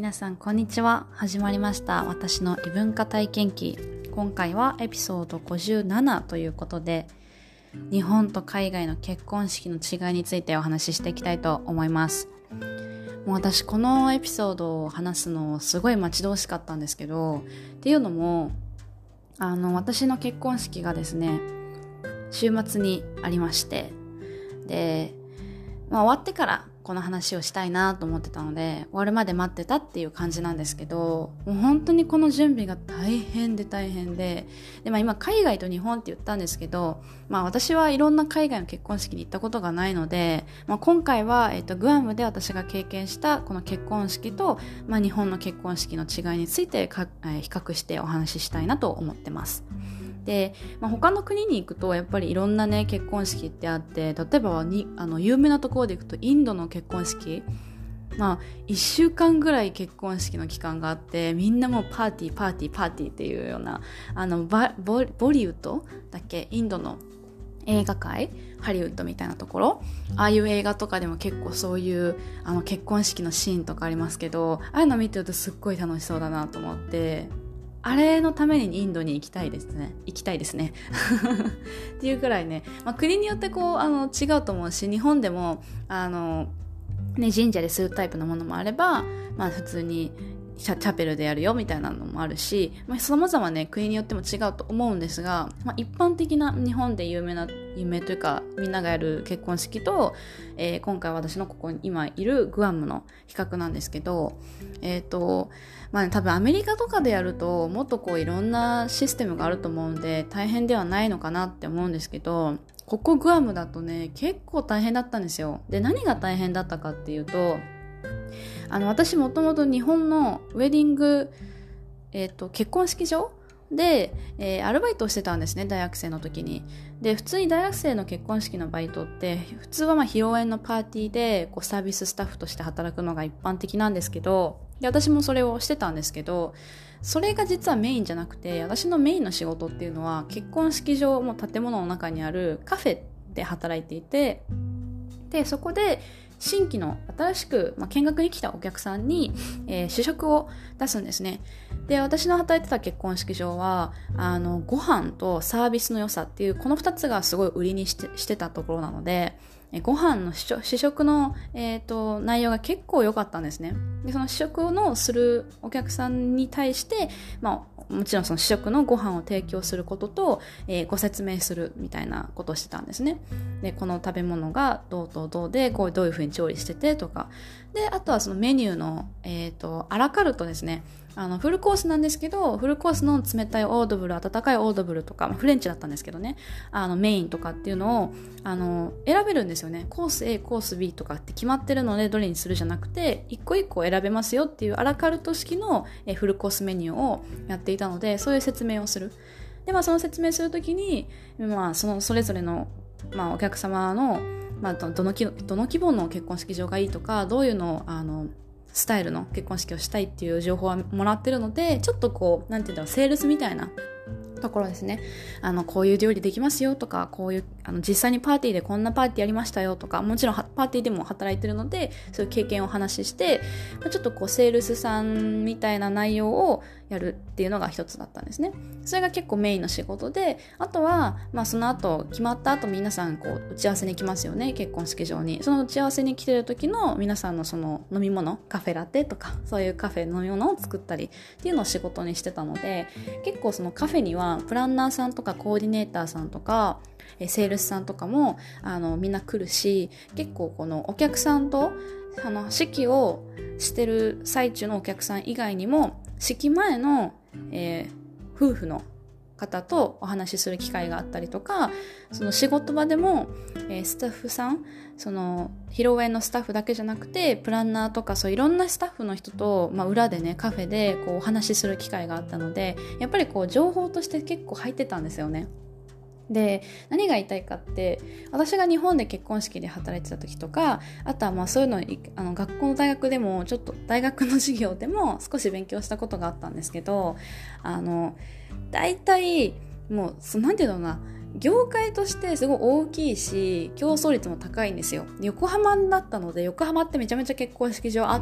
皆さんこんにちは。始まりました私の異文化体験記。今回はエピソード57ということで、日本と海外の結婚式の違いについてお話ししていきたいと思います。もう私このエピソードを話すのすごい待ち遠しかったんですけど、っていうのも私の結婚式がですね、週末にありまして、で、終わってからこの話をしたいなと思ってたので、終わるまで待ってたっていう感じなんですけど、もう本当にこの準備が大変で、今海外と日本って言ったんですけど、私はいろんな海外の結婚式に行ったことがないので、今回は、グアムで私が経験したこの結婚式と、日本の結婚式の違いについて比較してお話ししたいなと思ってます。で、他の国に行くとやっぱりいろんなね結婚式ってあって、例えば有名なところで行くとインドの結婚式、1週間ぐらい結婚式の期間があって、みんなもうパーティーっていうようなボリウッドだっけ、インドの映画界、ハリウッドみたいなところ、ああいう映画とかでも結構そういう結婚式のシーンとかありますけど、ああいうの見てるとすっごい楽しそうだなと思って、あれのためにインドに行きたいですねっていうくらいね、国によってこう違うと思うし、日本でも神社でするタイプのものもあれば、普通にチャペルでやるよみたいなのもあるし、様々ね国によっても違うと思うんですが、一般的な日本で有名というかみんながやる結婚式と、今回私のここに今いるグアムの比較なんですけど、多分アメリカとかでやるともっとこういろんなシステムがあると思うんで大変ではないのかなって思うんですけど、ここグアムだとね結構大変だったんですよ。で、何が大変だったかっていうと、私もともと日本のウェディング、結婚式場で、アルバイトをしてたんですね、大学生の時に。で、普通に大学生の結婚式のバイトって普通は披露宴のパーティーでこうサービススタッフとして働くのが一般的なんですけど、で私もそれをしてたんですけど、それが実はメインじゃなくて、私のメインの仕事っていうのは結婚式場も建物の中にあるカフェで働いていて、でそこで新規の新しく、見学に来たお客さんに、試食を出すんですね。で、私の働いてた結婚式場はご飯とサービスの良さっていうこの2つがすごい売りにしてたところなので、ご飯の試食の、内容が結構良かったんですね。で、その試食のするお客さんに対して、もちろんその試食のご飯を提供することと、ご説明するみたいなことをしてたんですね。で、この食べ物がどうでどういうふうに調理しててとかで、あとはそのメニューの、アラカルトですね。フルコースなんですけど、フルコースの冷たいオードブル、温かいオードブルとか、フレンチだったんですけどね、メインとかっていうのを選べるんですよね。コース A、コース B とかって決まってるので、どれにするじゃなくて一個一個選べますよっていうアラカルト式のフルコースメニューをやっていたので、そういう説明をする。で、その説明するときに、それぞれの、お客様の、どの規模の結婚式場がいいとか、どういうのをスタイルの結婚式をしたいっていう情報はもらってるので、ちょっとこうなんていうんだろう、セールスみたいなところですね。こういう料理できますよとか、こういう実際にパーティーでこんなパーティーやりましたよとか、もちろんパーティーでも働いてるのでそういう経験をお話しして、ちょっとこうセールスさんみたいな内容をやるっていうのが一つだったんですね。それが結構メインの仕事で、あとはその後決まった後皆さんこう打ち合わせに来ますよね、結婚式場に。その打ち合わせに来てる時の皆さんのその飲み物、カフェラテとかそういうカフェ飲み物を作ったりっていうのを仕事にしてたので、結構そのカフェにはプランナーさんとかコーディネーターさんとかセールスさんとかもみんな来るし、結構このお客さんと式をしてる最中のお客さん以外にも式前の、夫婦の方とお話しする機会があったりとか、その仕事場でも、スタッフさん、その披露宴のスタッフだけじゃなくてプランナーとかそういろんなスタッフの人と、裏でねカフェでこうお話しする機会があったので、やっぱりこう情報として結構入ってたんですよね。で、何が言いたいかって、私が日本で結婚式で働いてた時とか、あとはそういうの学校の大学でもちょっと大学の授業でも少し勉強したことがあったんですけど、大体もうなんていうのかな、 業界としてすごい大きいし競争率も高いんですよ。横浜だったので、横浜ってめちゃめちゃ結婚式場あって、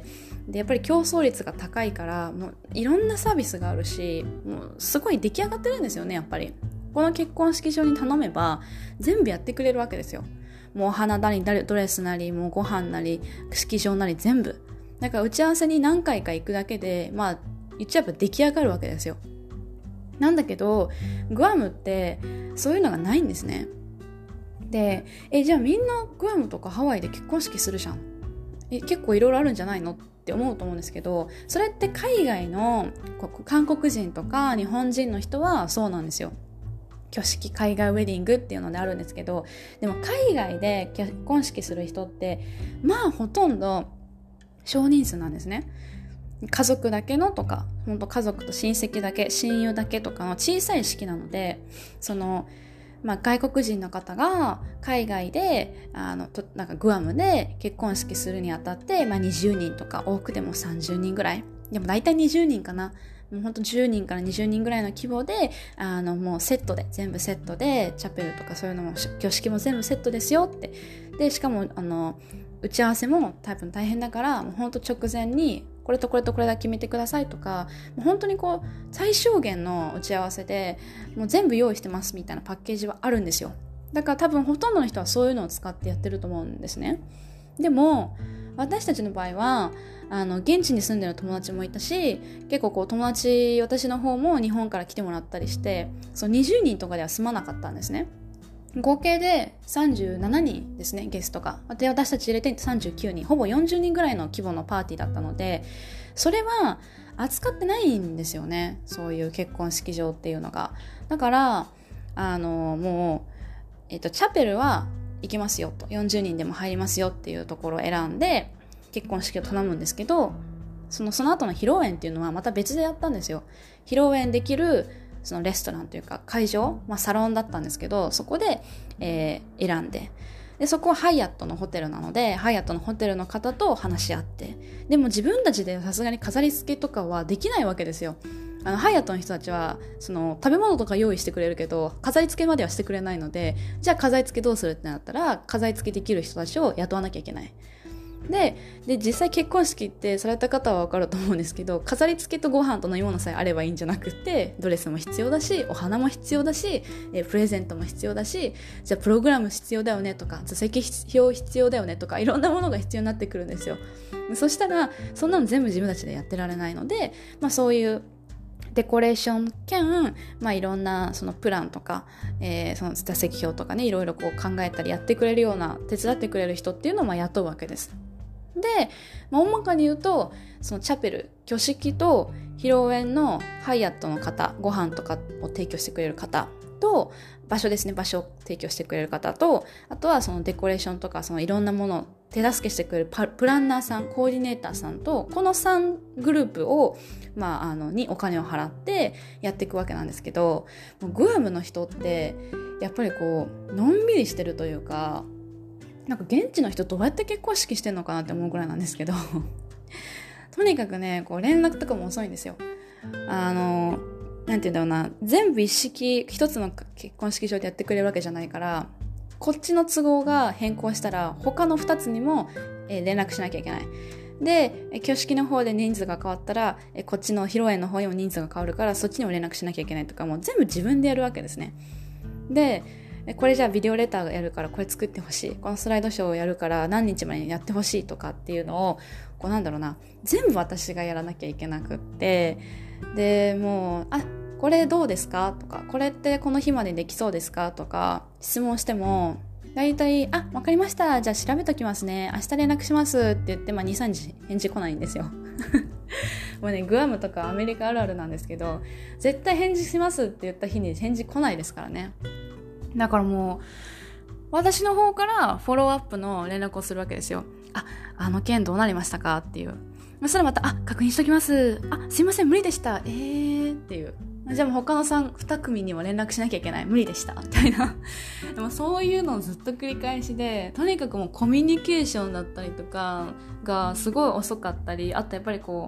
でやっぱり競争率が高いから、もういろんなサービスがあるし、もうすごい出来上がってるんですよね。やっぱりこの結婚式場に頼めば全部やってくれるわけですよ。もうお花なりドレスなり、もうご飯なり式場なり全部。だから打ち合わせに何回か行くだけで、まあ言っちゃえば出来上がるわけですよ。なんだけどグアムってそういうのがないんですね。でじゃあみんなグアムとかハワイで結婚式するじゃん、結構いろいろあるんじゃないのって思うと思うんですけど、それって海外の韓国人とか日本人の人はそうなんですよ。挙式海外ウェディングっていうのであるんですけど、でも海外で結婚式する人ってまあほとんど少人数なんですね。家族だけのとか、本当家族と親戚だけ、親友だけとかの小さい式なので、外国人の方が海外でなんかグアムで結婚式するにあたって、20人とか多くでも30人ぐらい、でも大体20人かな、もうほんと10人から20人ぐらいの規模でもうセットで、全部セットでチャペルとかそういうのも挙式も全部セットですよって。でしかも打ち合わせも多分大変だから、もうほんと直前にこれとこれとこれだけ決めてくださいとか、もう本当にこう最小限の打ち合わせでもう全部用意してますみたいなパッケージはあるんですよ。だから多分ほとんどの人はそういうのを使ってやってると思うんですね。でも私たちの場合は現地に住んでる友達もいたし、結構こう友達、私の方も日本から来てもらったりして、そう20人とかでは済まなかったんですね。合計で37人ですね、ゲストが。で私たち入れて39人、ほぼ40人ぐらいの規模のパーティーだったので、それは扱ってないんですよね、そういう結婚式場っていうのが。だからもう、チャペルは行きますよと、40人でも入りますよっていうところを選んで結婚式を頼むんですけど、その後の披露宴っていうのはまた別でやったんですよ。披露宴できるそのレストランというか会場、サロンだったんですけど、そこで、選んで、そこはハイアットのホテルなので、ハイアットのホテルの方と話し合って、でも自分たちでさすがに飾り付けとかはできないわけですよ。ハイアットの人たちはその食べ物とか用意してくれるけど飾り付けまではしてくれないので、じゃあ飾り付けどうするってなったら飾り付けできる人たちを雇わなきゃいけない。で実際結婚式ってされた方は分かると思うんですけど、飾り付けとご飯と飲み物さえあればいいんじゃなくて、ドレスも必要だし、お花も必要だし、プレゼントも必要だし、じゃあプログラム必要だよねとか、座席表必要だよねとか、いろんなものが必要になってくるんですよ。そしたらそんなの全部自分たちでやってられないので、そういうデコレーション兼、いろんなそのプランとか、その座席表とかね、いろいろこう考えたりやってくれるような、手伝ってくれる人っていうのを雇うわけです。で、大まかに言うと、そのチャペル、挙式と披露宴のハイアットの方、ご飯とかを提供してくれる方と、場所ですね、場所を提供してくれる方と、あとはそのデコレーションとか、そのいろんなものを手助けしてくれるプランナーさん、コーディネーターさんと、この3グループを、にお金を払ってやっていくわけなんですけど、グアムの人ってやっぱりこうのんびりしてるというか、なんか現地の人どうやって結婚式してんのかなって思うぐらいなんですけどとにかくね、こう連絡とかも遅いんですよ。なんていうんだろうな、全部一つの結婚式場でやってくれるわけじゃないから、こっちの都合が変更したら他の2つにも連絡しなきゃいけない。で、挙式の方で人数が変わったらこっちの披露宴の方にも人数が変わるから、そっちにも連絡しなきゃいけないとか、もう全部自分でやるわけですね。で、これじゃあビデオレターやるからこれ作ってほしい、このスライドショーをやるから何日までにやってほしいとかっていうのをこうなんだろうな、全部私がやらなきゃいけなくって、でもうこれどうですかとか、これってこの日までできそうですかとか質問しても、だいたいわかりました、じゃあ調べときますね、明日連絡しますって言って、2、3日返事来ないんですよもうね、グアムとかアメリカあるあるなんですけど、絶対返事しますって言った日に返事来ないですからね。だからもう私の方からフォローアップの連絡をするわけですよ。あの件どうなりましたかっていう。それまた確認しときます、すいません無理でしたっていう。じゃあもう他の2組にも連絡しなきゃいけない、無理でしたみたいなでもそういうのをずっと繰り返しで、とにかくもうコミュニケーションだったりとかがすごい遅かったり、あとやっぱりこ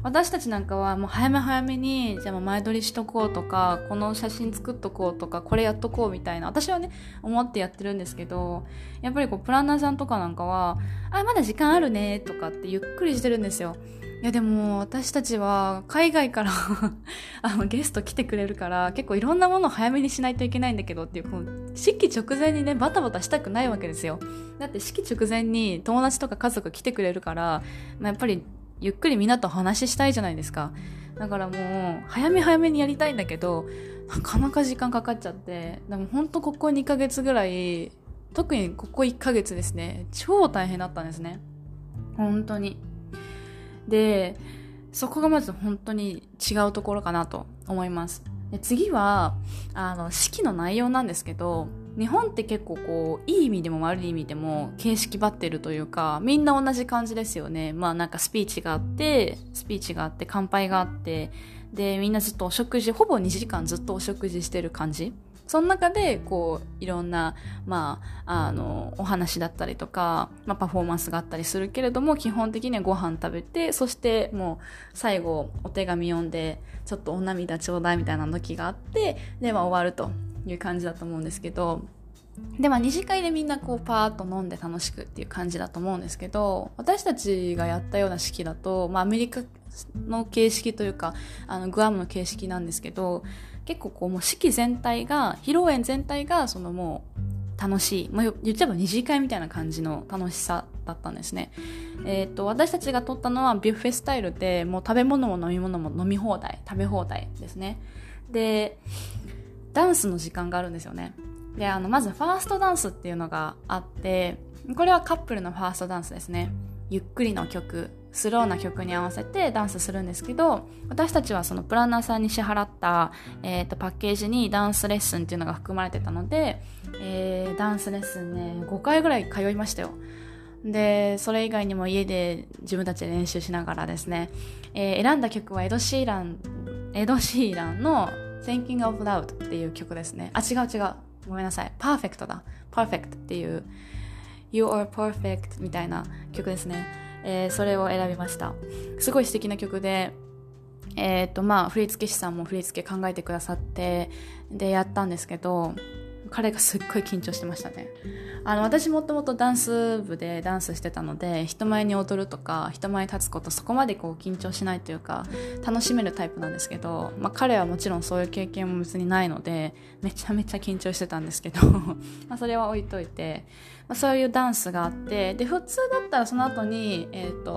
私たちなんかはもう早め早めにじゃあもう前撮りしとこうとか、この写真作っとこうとか、これやっとこうみたいな、私はね思ってやってるんですけど、やっぱりこうプランナーさんとかなんかはまだ時間あるねとかってゆっくりしてるんですよ。いやでも私たちは海外からゲスト来てくれるから結構いろんなものを早めにしないといけないんだけどっていう、この式直前にねバタバタしたくないわけですよ。だって式直前に友達とか家族来てくれるから、やっぱりゆっくりみんなと話したいじゃないですか。だからもう早め早めにやりたいんだけど、なかなか時間かかっちゃって、でも本当ここ2ヶ月ぐらい、特にここ1ヶ月ですね、超大変だったんですね、本当に。でそこがまず本当に違うところかなと思います。で次は式の内容なんですけど、日本って結構こういい意味でも悪い意味でも形式ばってるというか、みんな同じ感じですよね。なんかスピーチがあって乾杯があって、でみんなずっとお食事、ほぼ2時間ずっとお食事してる感じ。その中でこういろんな、お話だったりとか、パフォーマンスがあったりするけれども、基本的にはご飯食べて、そしてもう最後お手紙読んでちょっとお涙ちょうだいみたいな時があって、で終わるという感じだと思うんですけど、で二次会でみんなこうパーッと飲んで楽しくっていう感じだと思うんですけど、私たちがやったような式だと、アメリカの形式というかグアムの形式なんですけど、結構こうもう式全体が、披露宴全体がそのもう楽しい、言っちゃえば二次会みたいな感じの楽しさだったんですね。私たちが取ったのはビュッフェスタイルで、もう食べ物も飲み物も飲み放題、食べ放題ですね。でダンスの時間があるんですよね。でまずファーストダンスっていうのがあって、これはカップルのファーストダンスですね。ゆっくりの曲、スローな曲に合わせてダンスするんですけど、私たちはそのプランナーさんに支払った、パッケージにダンスレッスンっていうのが含まれてたので、ダンスレッスンね5回ぐらい通いましたよ。でそれ以外にも家で自分たちで練習しながらですね、選んだ曲はエド・シーランの Thinking of Loud っていう曲ですね。違うごめんなさい、パーフェクトっていう You are perfect みたいな曲ですね。それを選びました。すごい素敵な曲で、振付師さんも振り付け考えてくださって、でやったんですけど、彼がすっごい緊張してましたね。私もともとダンス部でダンスしてたので、人前に踊るとか人前に立つこと、そこまでこう緊張しないというか楽しめるタイプなんですけど、彼はもちろんそういう経験も別にないので、めちゃめちゃ緊張してたんですけどそれは置いといて、そういうダンスがあって、で普通だったらその後に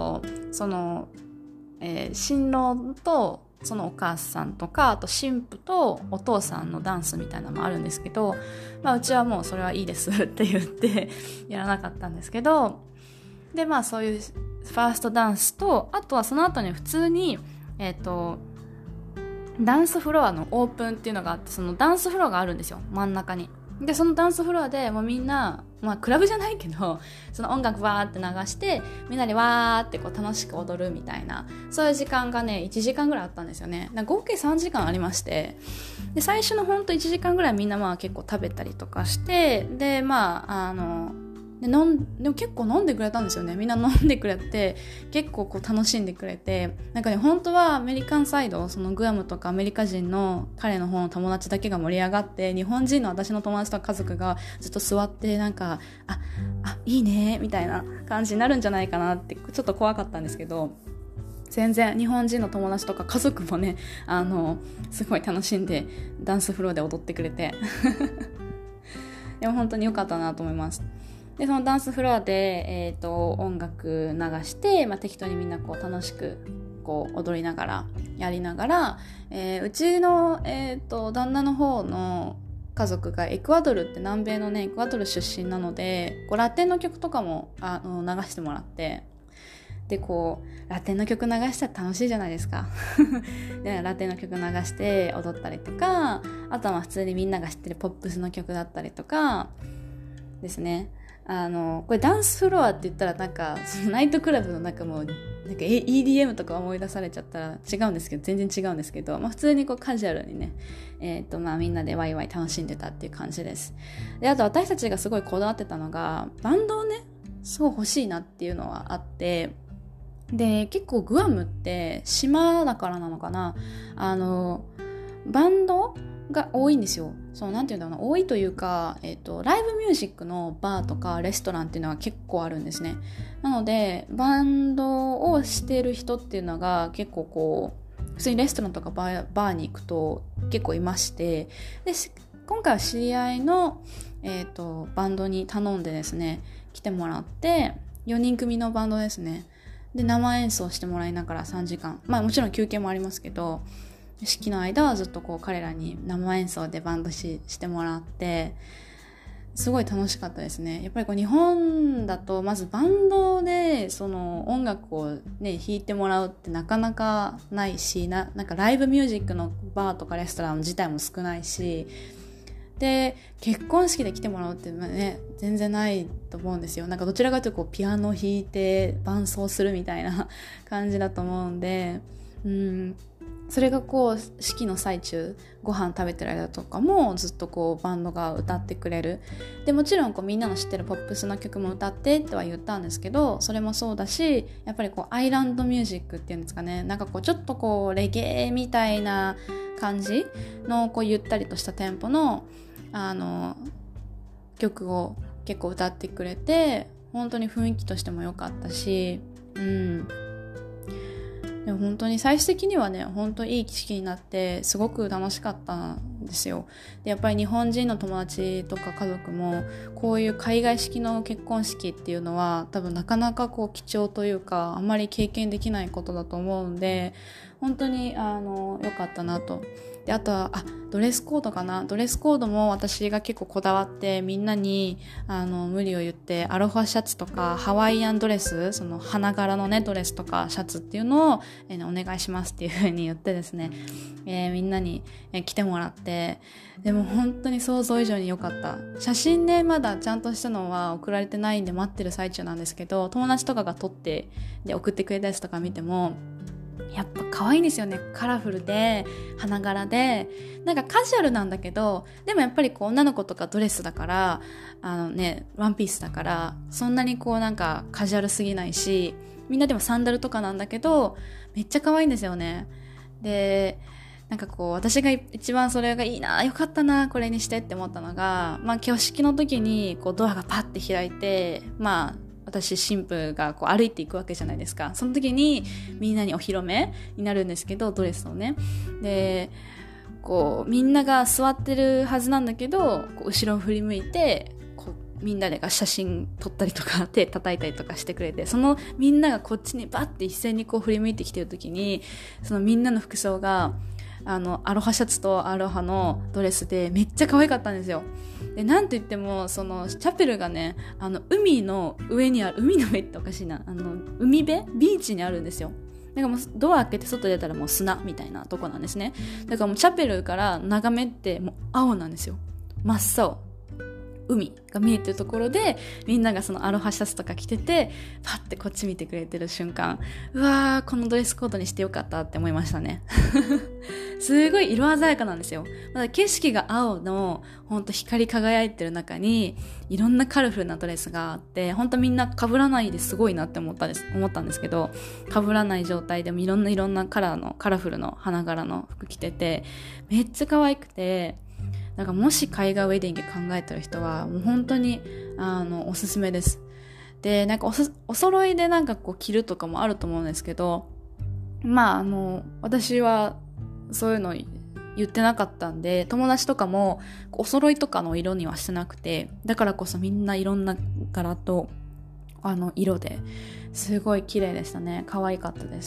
新郎とそのお母さんとか、あと新婦とお父さんのダンスみたいなのもあるんですけど、うちはもうそれはいいですって言ってやらなかったんですけど、でそういうファーストダンスと、あとはその後に普通にダンスフロアのオープンっていうのがあって、そのダンスフロアがあるんですよ、真ん中に。でそのダンスフロアでもうみんな、クラブじゃないけど、その音楽わーって流してみんなでわーってこう楽しく踊るみたいな、そういう時間がね1時間ぐらいあったんですよね。合計3時間ありまして、で最初のほんと1時間ぐらいみんな結構食べたりとかして、ででも結構飲んでくれたんですよね。みんな飲んでくれて、結構こう楽しんでくれて、本当はアメリカンサイド、そのグアムとかアメリカ人の彼の方の友達だけが盛り上がって、日本人の私の友達とか家族がずっと座っていいねみたいな感じになるんじゃないかなってちょっと怖かったんですけど、全然日本人の友達とか家族もねすごい楽しんでダンスフロアで踊ってくれてでも本当に良かったなと思います。でそのダンスフロアで、音楽流して、適当にみんなこう楽しくこう踊りながらやりながら、うちの、旦那の方の家族がエクアドルって南米のねエクアドル出身なので、こうラテンの曲とかも流してもらって、でこうラテンの曲流したら楽しいじゃないですかでラテンの曲流して踊ったりとか、あとは普通にみんなが知ってるポップスの曲だったりとかですね。これダンスフロアって言ったらそのナイトクラブのもうEDM とか思い出されちゃったら違うんですけど、全然違うんですけど、普通にこうカジュアルにねみんなでワイワイ楽しんでたっていう感じです。であと私たちがすごいこだわってたのが、バンドをねすごい欲しいなっていうのはあって、 で結構グアムって島だからなのかな、バンドが多いんですよ。そう、なんていうんだろうな、多いというか、ライブミュージックのバーとかレストランっていうのは結構あるんですね。なのでバンドをしてる人っていうのが結構こう普通にレストランとかバーに行くと結構いまして、で今回は知り合いの、バンドに頼んでですね来てもらって、4人組のバンドですね。で生演奏してもらいながら3時間、まあもちろん休憩もありますけど、式の間はずっとこう彼らに生演奏でバンドしてもらって、すごい楽しかったですね。やっぱりこう日本だとまずバンドでその音楽をね弾いてもらうってなかなかないし、なんかライブミュージックのバーとかレストラン自体も少ないし、で結婚式で来てもらうってね全然ないと思うんですよ。なんかどちらかというとこうピアノ弾いて伴奏するみたいな感じだと思うんで、それがこう式の最中ご飯食べてる間とかもずっとこうバンドが歌ってくれる。でもちろんこうみんなの知ってるポップスの曲も歌ってとは言ったんですけど、それもそうだし、やっぱりこうアイランドミュージックっていうんですかね、なんかこうちょっとこうレゲエみたいな感じのこうゆったりとしたテンポの曲を結構歌ってくれて、本当に雰囲気としても良かったし、でも本当に最終的にはね、本当いい式になってすごく楽しかったんですよ。でやっぱり日本人の友達とか家族もこういう海外式の結婚式っていうのは多分なかなかこう貴重というか、あんまり経験できないことだと思うんで、本当に良かったなと。であとはドレスコードかな。ドレスコードも私が結構こだわってみんなに無理を言ってアロハシャツとかハワイアンドレス、その花柄のねドレスとかシャツっていうのを、お願いしますっていう風に言ってですね、みんなに、来てもらって、でも本当に想像以上に良かった。写真ねまだちゃんとしたのは送られてないんで待ってる最中なんですけど、友達とかが撮ってで送ってくれたやつとか見てもやっぱ可愛いんですよね。カラフルで花柄でなんかカジュアルなんだけど、でもやっぱりこう女の子とかドレスだからワンピースだからそんなにこうなんかカジュアルすぎないし、みんなでもサンダルとかなんだけどめっちゃ可愛いんですよね。でなんかこう私が一番それがいいな、よかったなこれにしてって思ったのが、挙式の時にこうドアがパッて開いて、私新婦がこう歩いていくわけじゃないですか。その時にみんなにお披露目になるんですけど、ドレスをね。でこうみんなが座ってるはずなんだけど、こう後ろを振り向いてこうみんなで写真撮ったりとか手叩いたりとかしてくれて、そのみんながこっちにバッて一斉にこう振り向いてきてる時に、そのみんなの服装がアロハシャツとアロハのドレスでめっちゃ可愛かったんですよ。でなんといってもそのチャペルがね海の上にある、海の上っておかしいな、海辺ビーチにあるんですよ。だからもうドア開けて外出たらもう砂みたいなとこなんですね。だからもうチャペルから眺めてもう青なんですよ。真っ青、海が見えてるところでみんながそのアロハシャツとか着ててパッてこっち見てくれてる瞬間、うわーこのドレスコードにしてよかったって思いましたねすごい色鮮やかなんですよ。まだ景色が青のほんと光り輝いてる中にいろんなカラフルなドレスがあって、ほんとみんな被らないですごいなって思ったんですけど、被らない状態でもいろんなカラフルの花柄の服着ててめっちゃ可愛くて、なんかもし海外ウェディング考えてる人はもう本当におすすめです。でなんかお揃いでなんかこう着るとかもあると思うんですけど、私はそういうの言ってなかったんで、友達とかもお揃いとかの色にはしてなくて、だからこそみんないろんな柄と色ですごい綺麗でしたね。可愛かったです。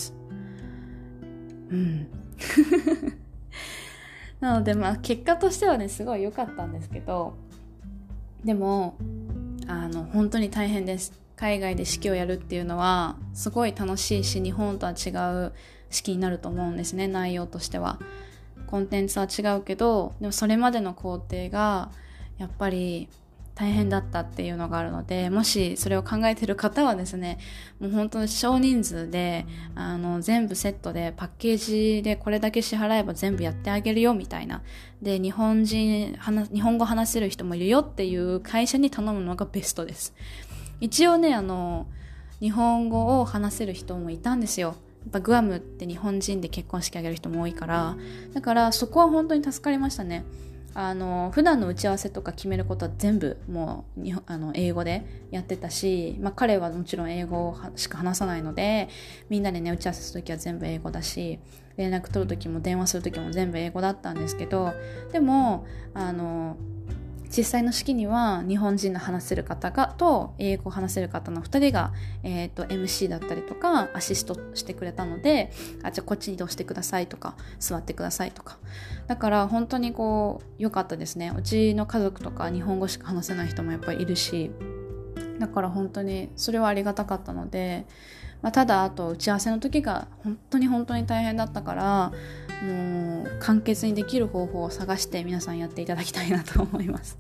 なので結果としてはねすごい良かったんですけど、でも本当に大変です。海外で式をやるっていうのはすごい楽しいし、日本とは違う式になると思うんですね。内容としてはコンテンツは違うけど、でもそれまでの工程がやっぱり大変だったっていうのがあるので、もしそれを考えている方はですね、もう本当に少人数で全部セットでパッケージでこれだけ支払えば全部やってあげるよみたいな、で日本語話せる人もいるよっていう会社に頼むのがベストです。一応ね日本語を話せる人もいたんですよ。やっぱグアムって日本人で結婚式あげる人も多いから、だからそこは本当に助かりましたね。普段の打ち合わせとか決めることは全部もう英語でやってたし、彼はもちろん英語しか話さないので、みんなでね打ち合わせするときは全部英語だし、連絡取るときも電話するときも全部英語だったんですけど、でも実際の式には日本人の話せる方と英語を話せる方の2人が、MC だったりとかアシストしてくれたので、じゃあこっちに移動してくださいとか座ってくださいとか、だから本当に良かったですね。うちの家族とか日本語しか話せない人もやっぱりいるし、だから本当にそれはありがたかったので、ただあと打ち合わせの時が本当に大変だったから、もう簡潔にできる方法を探して皆さんやっていただきたいなと思います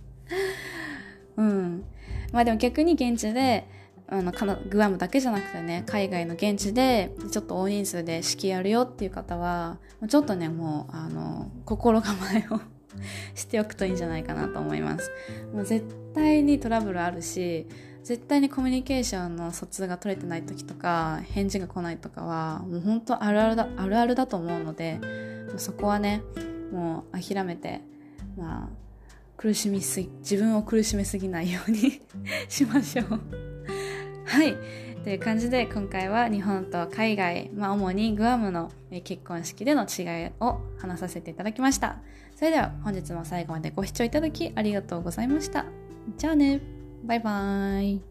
でも逆に現地でグアムだけじゃなくてね、海外の現地でちょっと大人数で式やるよっていう方はちょっとね、もう心構えをしておくといいんじゃないかなと思います。もう絶対にトラブルあるし、絶対にコミュニケーションの疎通が取れてない時とか返事が来ないとかはもう本当あるあるだと思うので、そこはねもう諦めて、自分を苦しめすぎないようにしましょうはいという感じで、今回は日本と海外、主にグアムの結婚式での違いを話させていただきました。それでは本日も最後までご視聴いただきありがとうございました。じゃあね、バイバーイ。